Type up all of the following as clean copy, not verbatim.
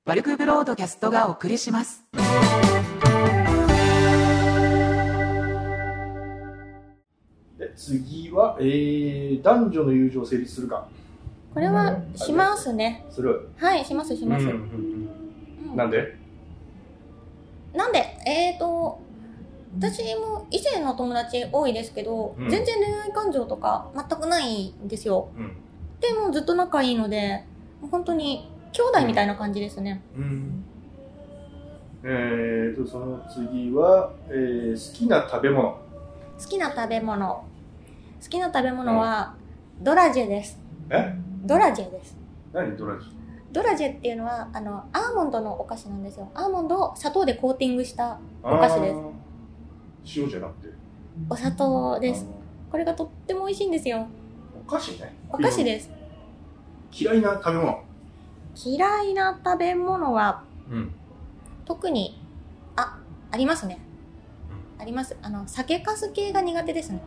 バルクブロードキャストがお送りします。 で次は、男女の友情を成立するか。 これはしますね。 する。 はい、します。 なんで？ 私も以前の友達多いですけど、全然恋愛感情とか全くないんですよ。でもずっと仲いいので、本当に兄弟みたいな感じですね。 その次は、好きな食べ物。 好きな食べ物は、ドラジェです。ドラジェです。 何ドラジェ？ ドラジェっていうのはアーモンドのお菓子なんですよ。アーモンドを砂糖でコーティングしたお菓子です。 塩じゃなくてお砂糖です。これがとっても美味しいんですよ。 お菓子ね。 お菓子です。 嫌いな食べ物。 嫌いな食べ物は、特にありますね。あります。酒粕系が苦手ですね。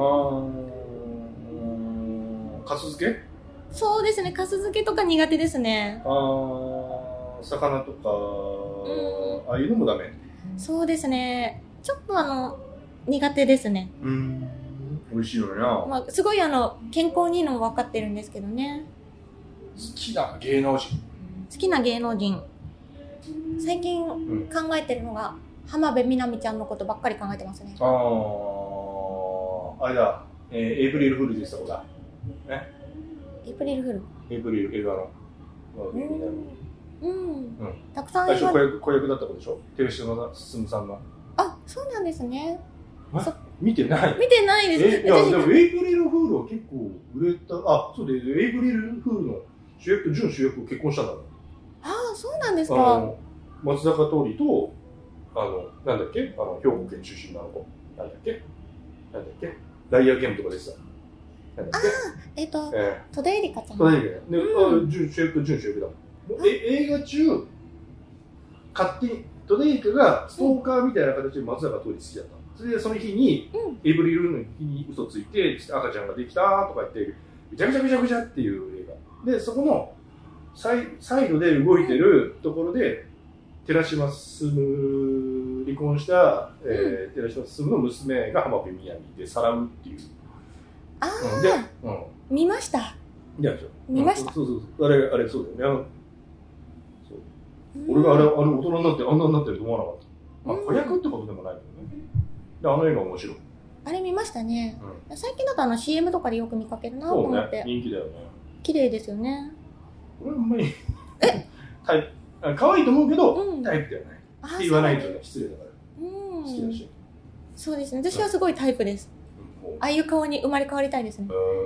かす漬け？ そうですね。粕漬けとか苦手ですね。 魚とかああいうのもダメ？ そうですね。ちょっと苦手ですね。 美味しいのよな。 すごい健康にいいのも分かってるんですけどね。 好きな芸能人。 最近考えてるのが、浜辺美波ちゃんのことばっかり考えてますね。 あれだ、エイプリルフールでしたことだ。ね。 エイプリルフール。 映画の。 たくさん最初子役だった子でしょ？手下の進さんの。 あ、そうなんですね。 見てないです。 いや、でもエイプリルフールは結構売れた。そうで、エイプリルフールの準主役結婚したんだろう。 そうなんですか。 松坂桃李と、なんだっけ、兵庫県出身の子。なんだっけ、ダイヤゲームとかでさ。 戸田恵梨香ちゃん。 準主役だもん。映画中、勝手に、戸田恵梨香がストーカーみたいな形で松坂桃李好きだった。それでその日に、エイプリルフールの日に嘘ついて、赤ちゃんができたとか言って、ぐちゃぐちゃっていう映画。で、そこの、サイドで動いてるところで、寺島進離婚した、寺島進の娘が浜辺美波でさらうっていう。 見ました。見ました。 あれそうだよね。俺があれ大人になってあんなになってると思わなかった。子役ってことでもないけどね。で、映画面白い。 あれ見ましたね。最近だとCM とかでよく見かけるなと思って。 人気だよね。 綺麗ですよね。 俺あんまり可愛いと思うけど、タイプではないって言わないとね、失礼だから。好きだし。 そうですね。私はすごいタイプです。ああいう顔に生まれ変わりたいですね。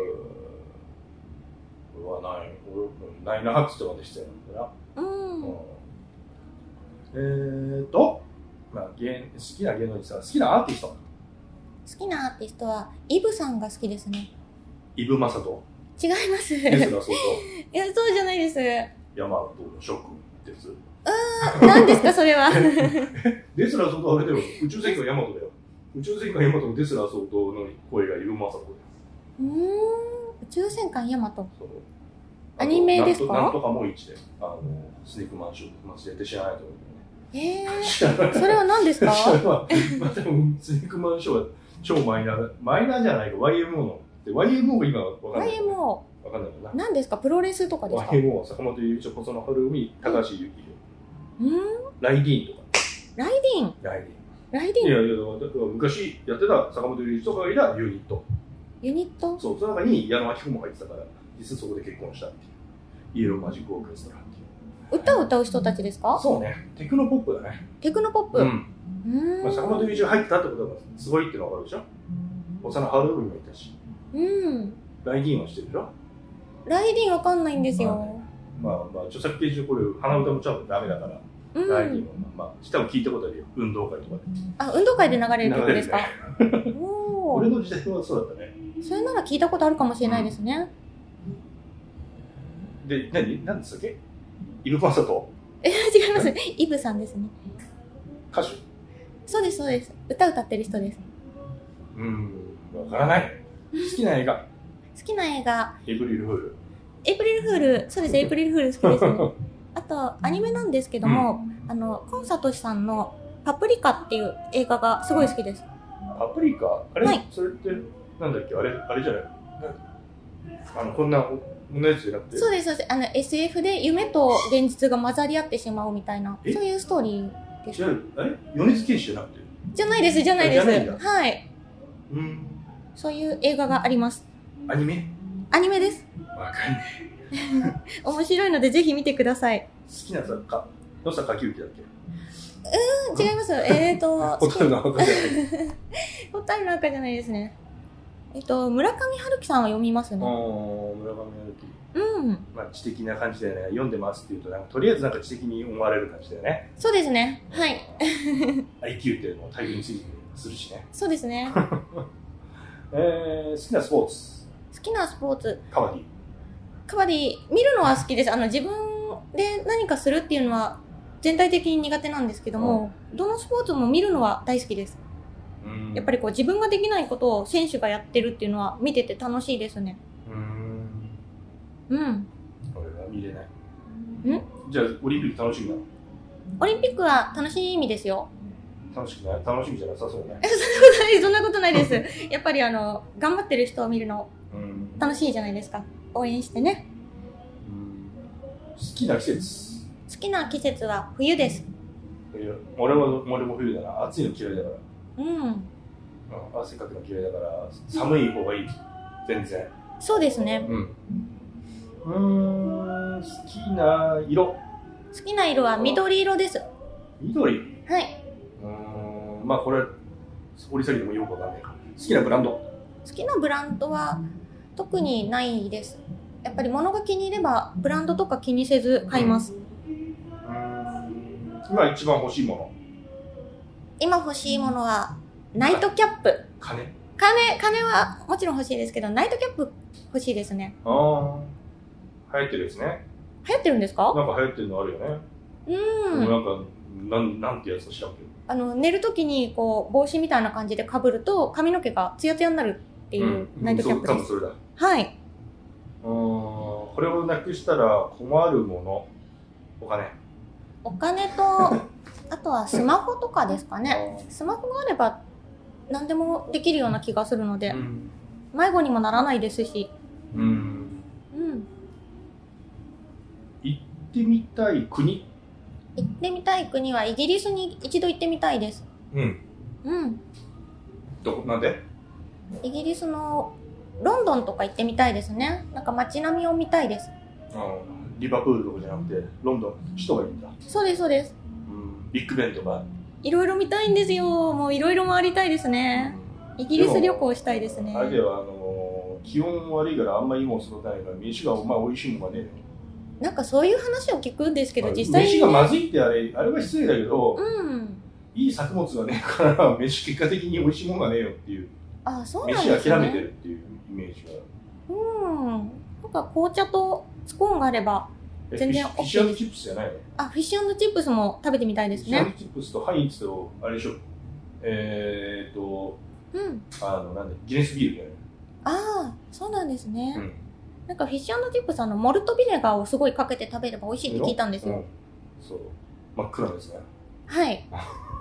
俺はないなって言ってまでしてるんだな。好きな芸能人さん、好きなアーティスト。 好きなアーティストはイブさんが好きですね。 イブ・マサト？ 違います。 デスラー相当？ いや、そうじゃないです。 ヤマトの諸君です。 何ですかそれは。 デスラー相当あれだよ。宇宙戦艦ヤマトだよ。宇宙戦艦ヤマトのデスラー相当の声がイブ・マサトだよ。 宇宙戦艦ヤマト。アニメですか？ なんとかも1で、スネークマンション、絶対知らないと思うけどね。それは何ですか？ でもスネークマンションは超マイナーじゃないか。YMO の。YMO が今わかんない。 YMO。 わかんないかな。 何ですか？プロレスとかですか？ YMO は坂本龍一、細野晴臣、高橋幸宏。ライディーンとか。 ライディーン。 いや、昔やってた坂本龍一とかがいたユニット。そう、その中に矢野顕子も入ってたから、実際そこで結婚したっていう。イエローマジックオーケストラっていう。 歌を歌う人たちですか？ そうね。テクノポップだね。 テクノポップ。 坂本龍一が入ってたってことはすごいってのが分かるでしょ。幼春臣もいたし。ライディーンはしてるでしょ。 ライディーンわかんないんですよ。 著作権上これ鼻歌もちゃんとダメだから。ライディーンは多分聞いたことあるよ。運動会とかで。 運動会で流れる曲ですか？ 俺の時代はそうだったね。 それなら聞いたことあるかもしれないですね。 で、何ですかっけ？イブ・マサト？ 違います。イブさんですね。 歌手？ そうです。歌ってる人です。 わからない。好きな映画。 エイプリルフール。 エイプリルフール、 そうです。エイプリルフール好きですね。 あとアニメなんですけども、コンサトシさんのパプリカっていう映画がすごい好きです。 パプリカあれ、 はい、 それってなんだっけ、あれじゃないこんなやつじゃなくて。 そうですそうです。SF で夢と現実が混ざり合ってしまうみたいな、そういうストーリーです。 あれ米津玄師じゃなくて。 じゃないですじゃないです。はい。そういう映画があります。 アニメです。 わかんねえ。面白いのでぜひ見てください。 好きな作家野坂昭之だっけ。 違います。 ホタルの赤じゃない。 ホタルの赤じゃないですね。村上春樹さんは読みますね。 村上春樹。まあ知的な感じだよね。読んでますっていうと、なんかとりあえずなんか知的に思われる感じだよね。 そうですね。はい。 IQ っていうのを大量にするしね。 そうですね。 好きなスポーツ。 好きなスポーツ。 カバディ。 カバディ見るのは好きです。自分で何かするっていうのは全体的に苦手なんですけども、どのスポーツも見るのは大好きです。やっぱりこう自分ができないことを選手がやってるっていうのは見てて楽しいですね。俺は見れない。じゃあオリンピック楽しみなの？ オリンピックは楽しみですよ。 楽しみじゃなさそうね。 そんなことないです。やっぱり頑張ってる人を見るの楽しいじゃないですか。応援してね。 好きな季節。 好きな季節は冬です。 俺も冬だな。暑いの嫌いだから。汗かくの嫌いだから寒い方がいい。全然。そうですね。好きな色。好きな色は緑色です。緑。はい。まあこれ掘り下げてもよくわかんないから。好きなブランド。好きなブランドは特にないです。やっぱり物が気に入ればブランドとか気にせず買います。今一番欲しいもの。今欲しいものはナイトキャップ。金はもちろん欲しいですけど、ナイトキャップ欲しいですね。流行ってるやつね。流行ってるんですか？なんか流行ってるのあるよね。なんてやつか知らんけど。寝るときにこう帽子みたいな感じで被ると髪の毛がツヤツヤになるっていうナイトキャップです。多分それだ。はい。これをなくしたら困るもの。お金とあとはスマホとかですかね。スマホがあれば何でもできるような気がするので、迷子にもならないですし。行ってみたい国。行ってみたい国はイギリスに一度行ってみたいです。なんで？イギリスのロンドンとか行ってみたいですね。なんか街並みを見たいです。リバプールとかじゃなくてロンドン、首都がいいんだ。そうですそうです。ビッグベンとかいろいろ見たいんですよ。もういろいろ回りたいですね。イギリス旅行したいですね。あれでは気温悪いからあんまりいいもん育たないから飯が美味しいもんがねえ。なんかそういう話を聞くんですけど、実際に飯がまずいってあれは失礼だけど、いい作物がねえから結果的に美味しいもんがねえよっていう。そうなんですね。飯諦めてるっていうイメージが。なんか紅茶とスコーンがあれば全然 OK です。フィッシュ&チップスじゃないの？フィッシュ&チップスも食べてみたいですね。フィッシュ&チップスとハインツとあれでしょ。なんでギネスビールじゃない？そうなんですね。なんかフィッシュ&チップスモルトビネガーをすごいかけて食べれば美味しいって聞いたんですよ。そう。真っ暗ですね。はい。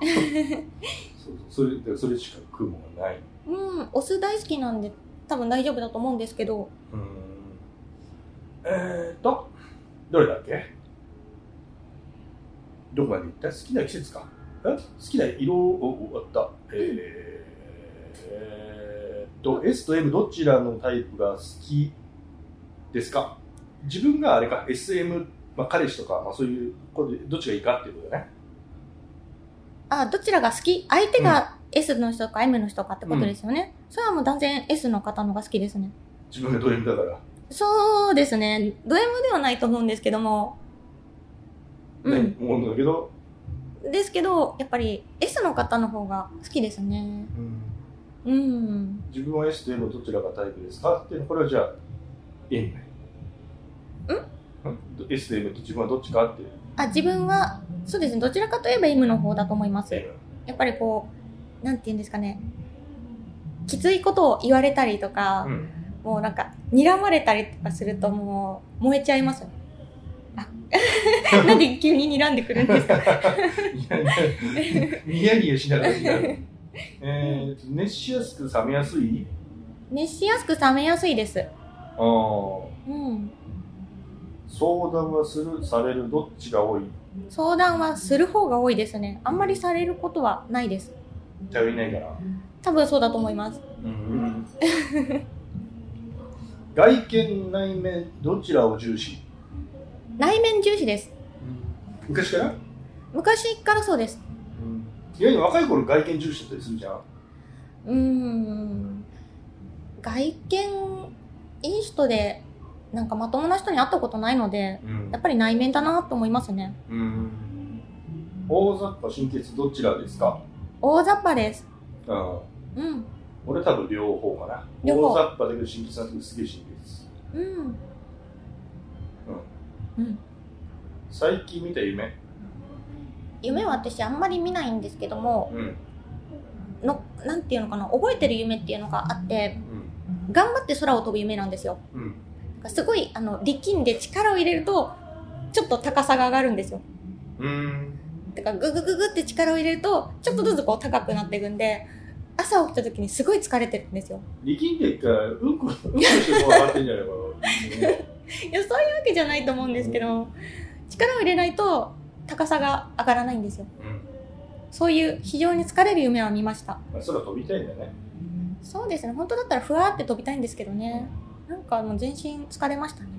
それしか食うものがない。お酢大好きなんで多分大丈夫だと思うんですけど。どれだっけ？どこまで行った？好きな季節か？好きな色を終わった。S と M どちらのタイプが好きですか？自分があれか SM、彼氏とか、そういうことでどっちがいいかっていうことだね。どちらが好き？相手が S の人か M の人かってことですよね。それはもう断然 S の方のが好きですね。自分がド M だから。そうですね。ド M ではないと思うんですけども。思うんだけど。ですけど、やっぱり S の方の方が好きですね。自分は S と M どちらがタイプですかっていうのこれはじゃあ M。S と M と自分はどっちかっていう。自分はそうですね。どちらかといえば M の方だと思います。やっぱりこうなんて言うんですかね。きついことを言われたりとか、もうなんか睨まれたりとかするともう燃えちゃいます。 なんで急に睨んでくるんですか？ ニヤニヤしながら熱しやすく冷めやすい？ 熱しやすく冷めやすいです。 ああ。うん。相談はされる、どっちが多い？ 相談はする方が多いですね。あんまりされることはないです。 頼りないから。 多分そうだと思います。 外見内面どちらを重視？ 内面重視です。 昔から？ 昔からそうです。 いや若い頃外見重視だったりするじゃん。外見いい人でなんかまともな人に会ったことないので、やっぱり内面だなと思いますね。 大雑把神経質どちらですか？ 大雑把です。 俺多分両方かな。大雑把だけど神経質な時すげえ神経質。最近見た夢は私あんまり見ないんですけども、なんていうのかな、覚えてる夢っていうのがあって、頑張って空を飛ぶ夢なんですよ。すごい力んで力を入れるとちょっと高さが上がるんですよ。だからググググって力を入れるとちょっとずつこう高くなっていくんで、朝起きた時にすごい疲れてるんですよ。 力んでるからうんこしても上がってんじゃないかな。 いや、そういうわけじゃないと思うんですけど、力を入れないと高さが上がらないんですよ。そういう非常に疲れる夢は見ました。 空飛びたいんだね。 そうですね。本当だったらふわーって飛びたいんですけどね。なんか全身疲れましたね。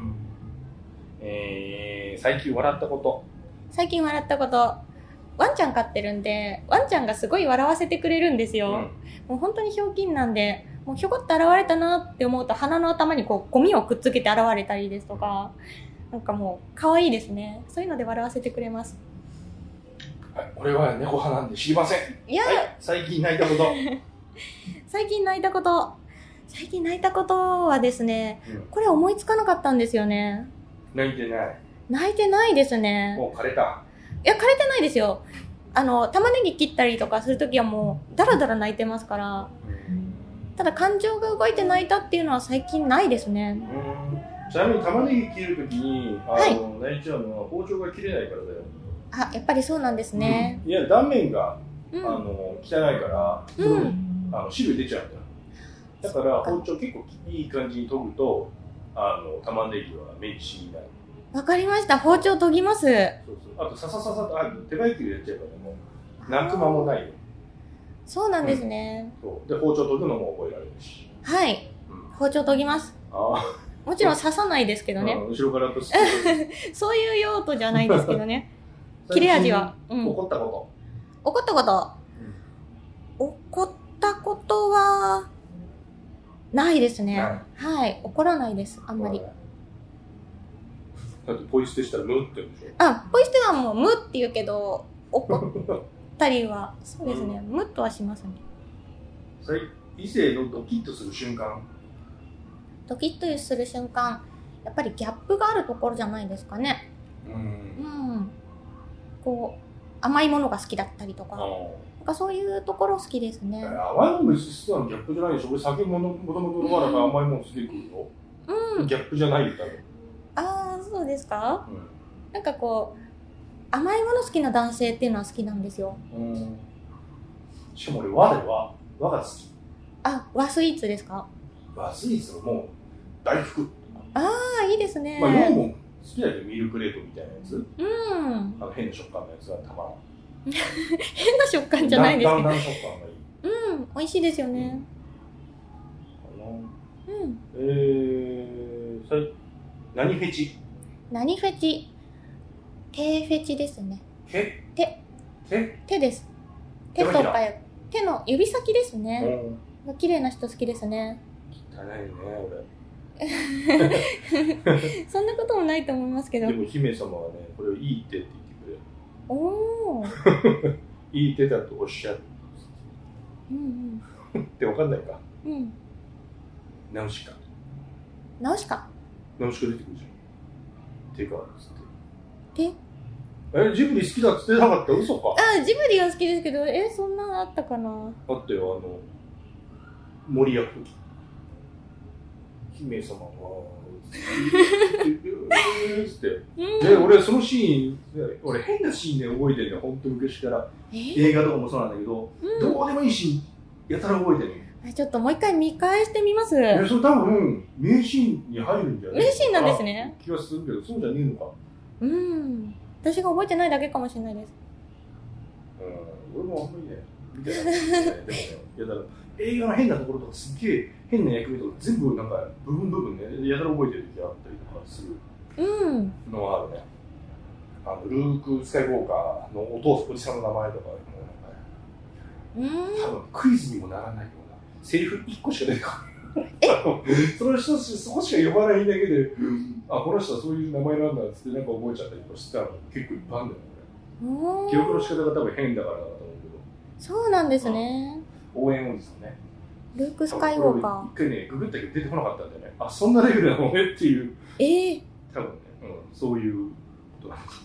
最近笑ったこと。 最近笑ったこと。ワンちゃん飼ってるんで、ワンちゃんがすごい笑わせてくれるんですよ。もう本当にひょうきんなんで、もうひょこって現れたなって思うと鼻の頭にこうゴミをくっつけて現れたりですとか、なんかもう可愛いですね。そういうので笑わせてくれます。 はい、俺は猫派なんで知りません。 いや、 最近泣いたこと。 最近泣いたことはですね、これ思いつかなかったんですよね。 泣いてない。 泣いてないですね。 もう枯れた。 いや、枯れてないですよ。玉ねぎ切ったりとかするときはもうダラダラ泣いてますから。ただ感情が動いて泣いたっていうのは最近ないですね。 ちなみに玉ねぎ切るときに泣いちゃうのは包丁が切れないからだよ。 あ、やっぱりそうなんですね。 いや、断面が汚いから汁出ちゃうんだよ。だから包丁結構いい感じに研ぐと玉ねぎはメンチになる。 わかりました。包丁研ぎます。 あとささささと手早くやっちゃえばね、もう泣く間もないよ。 そうなんですね。 で包丁研ぐのも覚えられるし。 はい、包丁研ぎます。もちろん刺さないですけどね。 後ろからとそういう用途じゃないですけどね。切れ味は。 怒ったことはないですね。はい、怒らないです。あんまり。 だってポイ捨てしたらムって言うんでしょ。 ポイ捨てはもうムって言うけど、怒ったりはそうですね。ムッとはしますね。 異性のドキッとする瞬間。 ドキッとする瞬間、やっぱりギャップがあるところじゃないですかね。こう甘いものが好きだったりとか、なんかそういうところ好きですね。 甘いもの別に好きなのギャップじゃないでしょ。俺酒もともと飲まなきゃ甘いもの好きでくるよ。ギャップじゃないよ多分。 そうですか？なんかこう甘いもの好きな男性っていうのは好きなんですよ。 しかも俺和が好き。 和スイーツですか？ 和スイーツのもう大福。 いいですね。 洋も好きだけどミルクレートみたいなやつ。変な食感のやつがたまらん。 変な食感じゃないですけど。 だんだん食感がいい。 美味しいですよね。 何フェチ？ 何フェチ？手フェチですね。手です。手とか手の指先ですね。綺麗な人好きですね。 汚いね俺。そんなこともないと思いますけど。 でも姫様はね、これをいい手って言ってくれる。いい手だとおっしゃる。ってわかんないか。ナウシカ出てくるじゃん。手がつって。ジブリ好きだっつってなかった？嘘か。 ジブリは好きですけど、そんなのあったかな。 あったよ、森役。 姫様がってで俺そのシーン俺変なシーンで覚えてるんだよ本当昔から映画とかもそうなんだけど、どうでもいいシーンやたら覚えてるね。 ちょっともう一回見返してみます。 それ多分名シーンに入るんじゃない名シーンなんですね。 気がするけどそうじゃねえのか。 私が覚えてないだけかもしれないです。 俺もあんまりね見てないでもねいやだから映画の変なところとかすっげえ変な役目とか全部なんか部分ねやたら覚えてる時があったりとかするのはあるね。ルーク・スカイウォーカーのおじさんの名前とかもなんか多分クイズにもならないようなセリフ1個しか出てこないその人そこしか呼ばないだけでこの人はそういう名前なんだっつってなんか覚えちゃったりとかしてたの結構いっぱいあるんだよね。記憶の仕方が多分変だからだと思うけど。そうなんですね。 応援おじさんね。 ルーク・スカイウォーカー。 一回ね、ググったけど出てこなかったんだよね。そんなレベルなのねっていう。多分ね、そういうことなのか。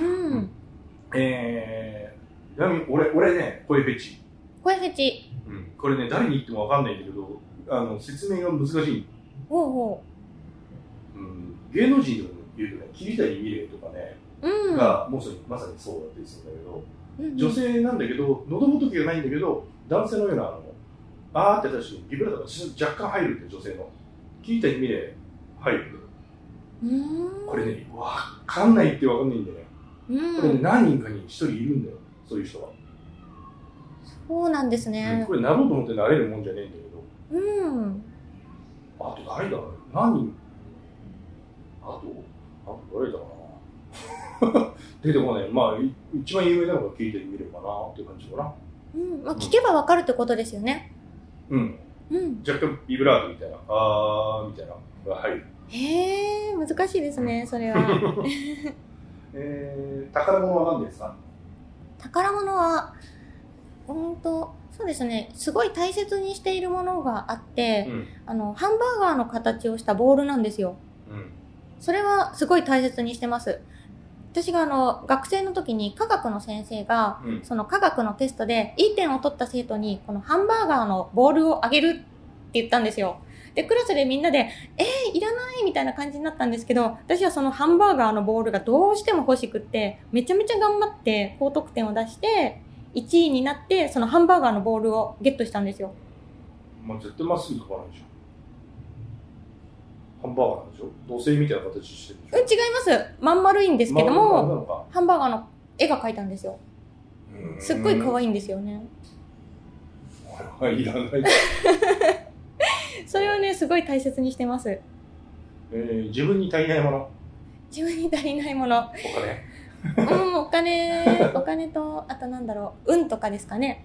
俺ね、声フェチ。 声フェチ。 これね、誰に言っても分かんないんだけど、説明が難しい。芸能人でも言うとね、桐谷美玲とかね、がまさにそうだったりするんだけど、女性なんだけど、喉仏がないんだけど、男性のようなって確かにビブラートが若干入るって女性の桐谷美玲入るこれね分かんないって分かんないんだよね。これね何人かに1人いるんだよそういう人は。 そうなんですね。 これなろうと思ってなれるもんじゃねえんだけど。あと誰だろう何人あと誰だかな出てこない。一番有名なのが聞いてみればなっていう感じかな。 聞けば分かるってことですよね。 若干ビブラートみたいなみたいなのが入る。 へえ、難しいですね、それは。 宝物は何ですか？ 宝物はそうですね、すごい大切にしているものがあって、ハンバーガーの形をしたボールなんですよ。それはすごい大切にしてます。私が学生の時に科学の先生が、その科学のテストでいい点を取った生徒にこのハンバーガーのボールをあげるって言ったんですよ。で、クラスでみんなで、いらないみたいな感じになったんですけど、私はそのハンバーガーのボールがどうしても欲しくって、めちゃめちゃ頑張って高得点を出して、1位になって、そのハンバーガーのボールをゲットしたんですよ。 絶対まっすぐ飛ばないじゃん。ハンバーガーなんでしょ？土星みたいな形してるでしょ？違います。まん丸いんですけども、ハンバーガーの絵が描いたんですよ。すっごい可愛いんですよね。 いらない。 それをね、すごい大切にしてます。 自分に足りないもの。 自分に足りないもの。お金と、あとなんだろう、運とかですかね。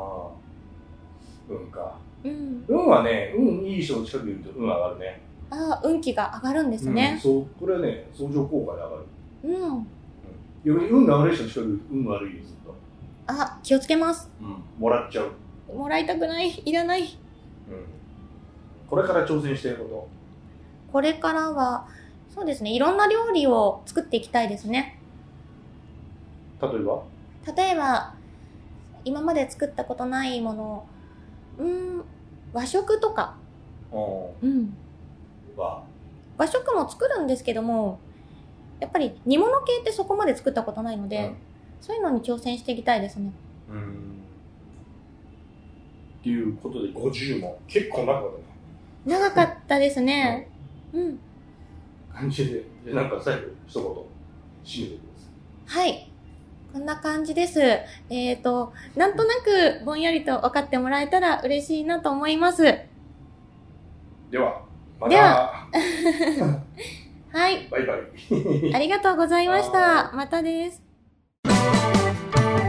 運か。運はね、いい人の近くにいると運上がるね。 運気が上がるんですね。 これはね、相乗効果で上がる。逆に運が悪い人の近く運悪いよ、ずっと。 気をつけます。 もらっちゃう。 もらいたくない、いらない。 これから挑戦していること。 これからは、そうですね、いろんな料理を作っていきたいですね。 例えば、 今まで作ったことないもの、和食とか。和食も作るんですけども、やっぱり煮物系ってそこまで作ったことないので、そういうのに挑戦していきたいですね。 っていうことで50問結構長かったね。 長かったですね。 感じで、なんか最後一言締めてください。はい。こんな感じです。なんとなくぼんやりと分かってもらえたら嬉しいなと思います。 では、また。 はい。 バイバイ。 ありがとうございました。またです。